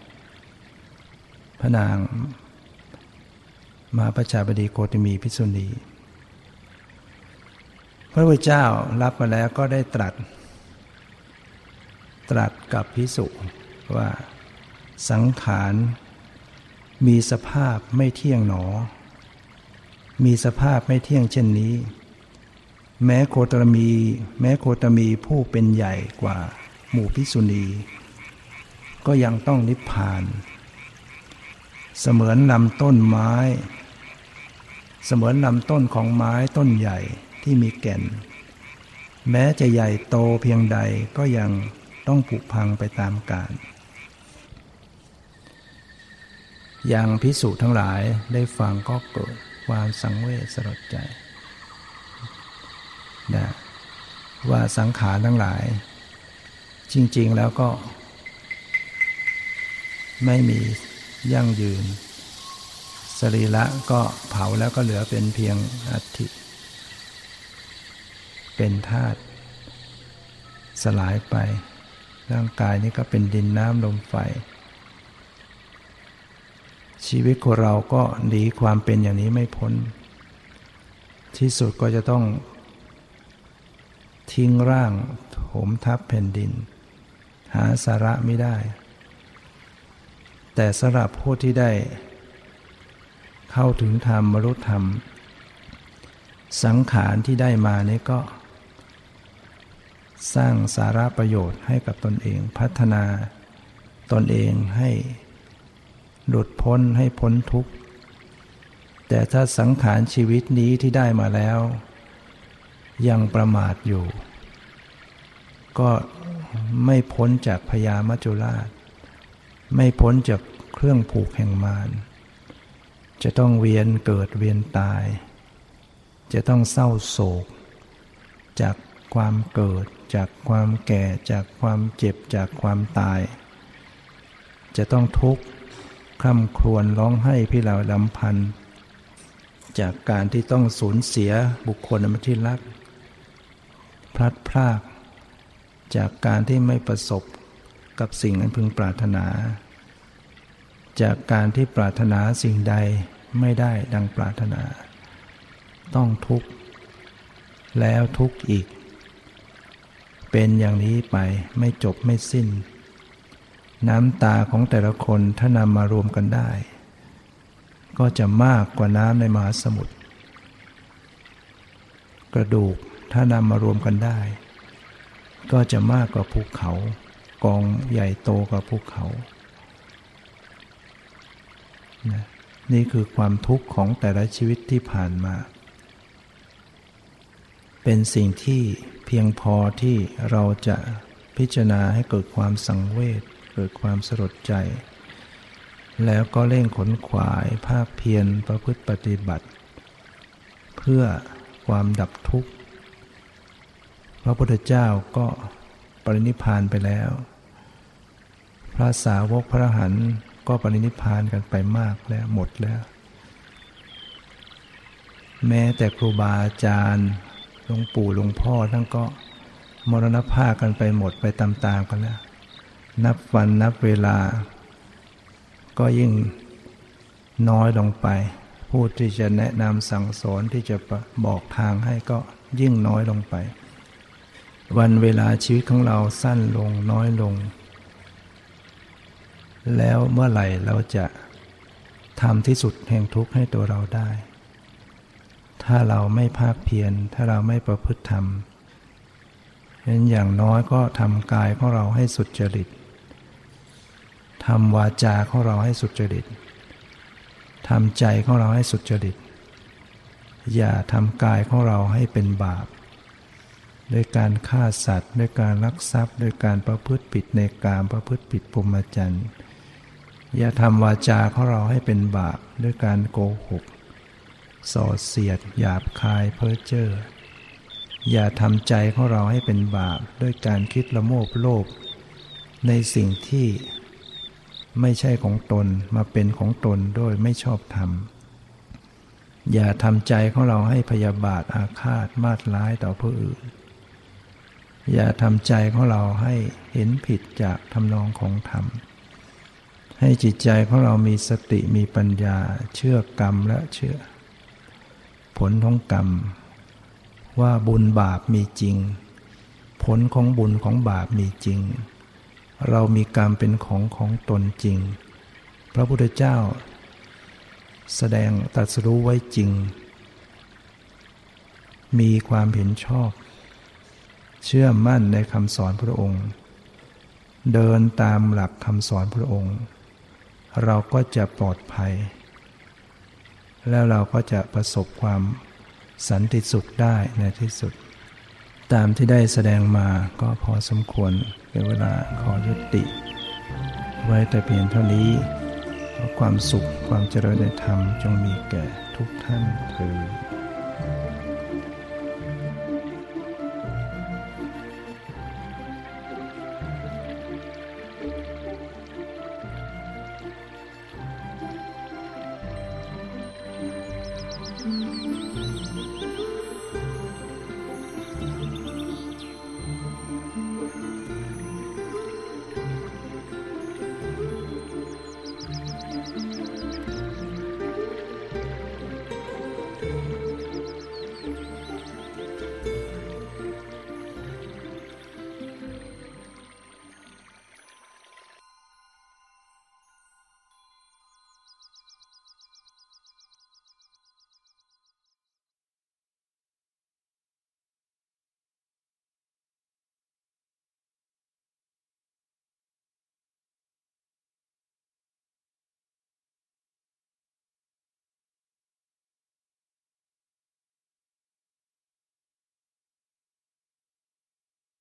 พระนางมหาประชาบดีโคตมีภิกษุณีพระพุทธเจ้ารับมาแล้วก็ได้ตรัสกับภิกษุว่าสังขารมีสภาพไม่เที่ยงหนอมีสภาพไม่เที่ยงเช่นนี้แม้โคตมีผู้เป็นใหญ่กว่าหมู่ภิกษุณีก็ยังต้องนิพพานเสมือนลำต้นไม้เสมือนลำต้นของไม้ต้นใหญ่ที่มีแก่นแม้จะใหญ่โตเพียงใดก็ยังต้องผุพังไปตามกาลอย่างภิกษุทั้งหลายได้ฟังก็เกิดความสังเวชสลดใจนะว่าสังขารทั้งหลายจริงๆแล้วก็ไม่มียั่งยืนสรีระก็เผาแล้วก็เหลือเป็นเพียงอัฐิเป็นธาตุสลายไปร่างกายนี้ก็เป็นดินน้ำลมไฟชีวิตของเราก็หนีความเป็นอย่างนี้ไม่พ้นที่สุดก็จะต้องทิ้งร่างโถมทับแผ่นดินหาสาระไม่ได้แต่สำหรับผู้ที่ได้เข้าถึงธรรมบรรลุธรรมสังขารที่ได้มานี้ก็สร้างสาระประโยชน์ให้กับตนเองพัฒนาตนเองให้หลุดพ้นให้พ้นทุกข์แต่ถ้าสังขารชีวิตนี้ที่ได้มาแล้วยังประมาทอยู่ก็ไม่พ้นจากพยามัจจุราชไม่พ้นจากเครื่องผูกแห่งมารจะต้องเวียนเกิดเวียนตายจะต้องเศร้าโศกจากความเกิดจากความแก่จากความเจ็บจากความตายจะต้องทุกข์คร่ำครวญร้องไห้พิไรลำพันธ์จากการที่ต้องสูญเสียบุคคลอันเป็นที่รักพลัดพรากจากการที่ไม่ประสบกับสิ่งนั้นพึงปรารถนาจากการที่ปรารถนาสิ่งใดไม่ได้ดังปรารถนาต้องทุกข์แล้วทุกข์อีกเป็นอย่างนี้ไปไม่จบไม่สิ้นน้ำตาของแต่ละคนถ้านำมารวมกันได้ก็จะมากกว่าน้ำในมหาสมุทรกระดูกถ้านำมารวมกันได้ก็จะมากกว่าภูเขากองใหญ่โตกว่าภูเขานี่คือความทุกข์ของแต่ละชีวิตที่ผ่านมาเป็นสิ่งที่เพียงพอที่เราจะพิจารณาให้เกิดความสังเวชเกิดความสลดใจแล้วก็เร่งขนขวายภาคเพียรประพฤติปฏิบัติเพื่อความดับทุกข์พระพุทธเจ้าก็ปรินิพพานไปแล้วพระสาวกพระอรหันต์ก็ปรินิพพานกันไปมากแล้วหมดแล้วแม้แต่ครูบาอาจารย์หลวงปู่หลวงพ่อท่านก็มรณภาพกันไปหมดไปตามๆกันแล้วนับวันนับเวลาก็ยิ่งน้อยลงไปผู้ที่จะแนะนำสั่งสอนที่จะบอกทางให้ก็ยิ่งน้อยลงไปวันเวลาชีวิตของเราสั้นลงน้อยลงแล้วเมื่อไหร่เราจะทำที่สุดแห่งทุกข์ให้ตัวเราได้ถ้าเราไม่ภาคเพียรถ้าเราไม่ประพฤติธรรมฉะนั้นอย่างน้อยก็ทำกายของเราให้สุจริตทำวาจาของเราให้สุจริตทำใจของเราให้สุจริตอย่าทำกายของเราให้เป็นบาปด้วยการฆ่าสัตว์ด้วยการลักทรัพย์ด้วยการประพฤติผิดในกามประพฤติผิดพรหมจรรย์อย่าทำวาจาของเราให้เป็นบาปด้วยการโกหกส่อเสียดหยาบคายเพ้อเจ้ออย่าทำใจของเราให้เป็นบาปด้วยการคิดละโมบโลภในสิ่งที่ไม่ใช่ของตนมาเป็นของตนโดยไม่ชอบธรรมอย่าทำใจของเราให้พยาบาทอาฆาตมาดร้ายต่อผู้อื่นอย่าทำใจของเราให้เห็นผิดจากทำนองของธรรมให้จิตใจของเรามีสติมีปัญญาเชื่อกรรมและเชื่อผลของกรรมว่าบุญบาปมีจริงผลของบุญของบาปมีจริงเรามีกรรมเป็นของตนจริงพระพุทธเจ้าแสดงตรัสรู้ไว้จริงมีความเห็นชอบเชื่อมั่นในคำสอนพระองค์เดินตามหลักคำสอนพระองค์เราก็จะปลอดภัยแล้วเราก็จะประสบความสันติสุขได้ในที่สุดตามที่ได้แสดงมาก็พอสมควรเป็นเวลาขอยุติไว้แต่เพียงเท่านี้ขอความสุขความเจริญในธรรมจงมีแก่ทุกท่านเทอญ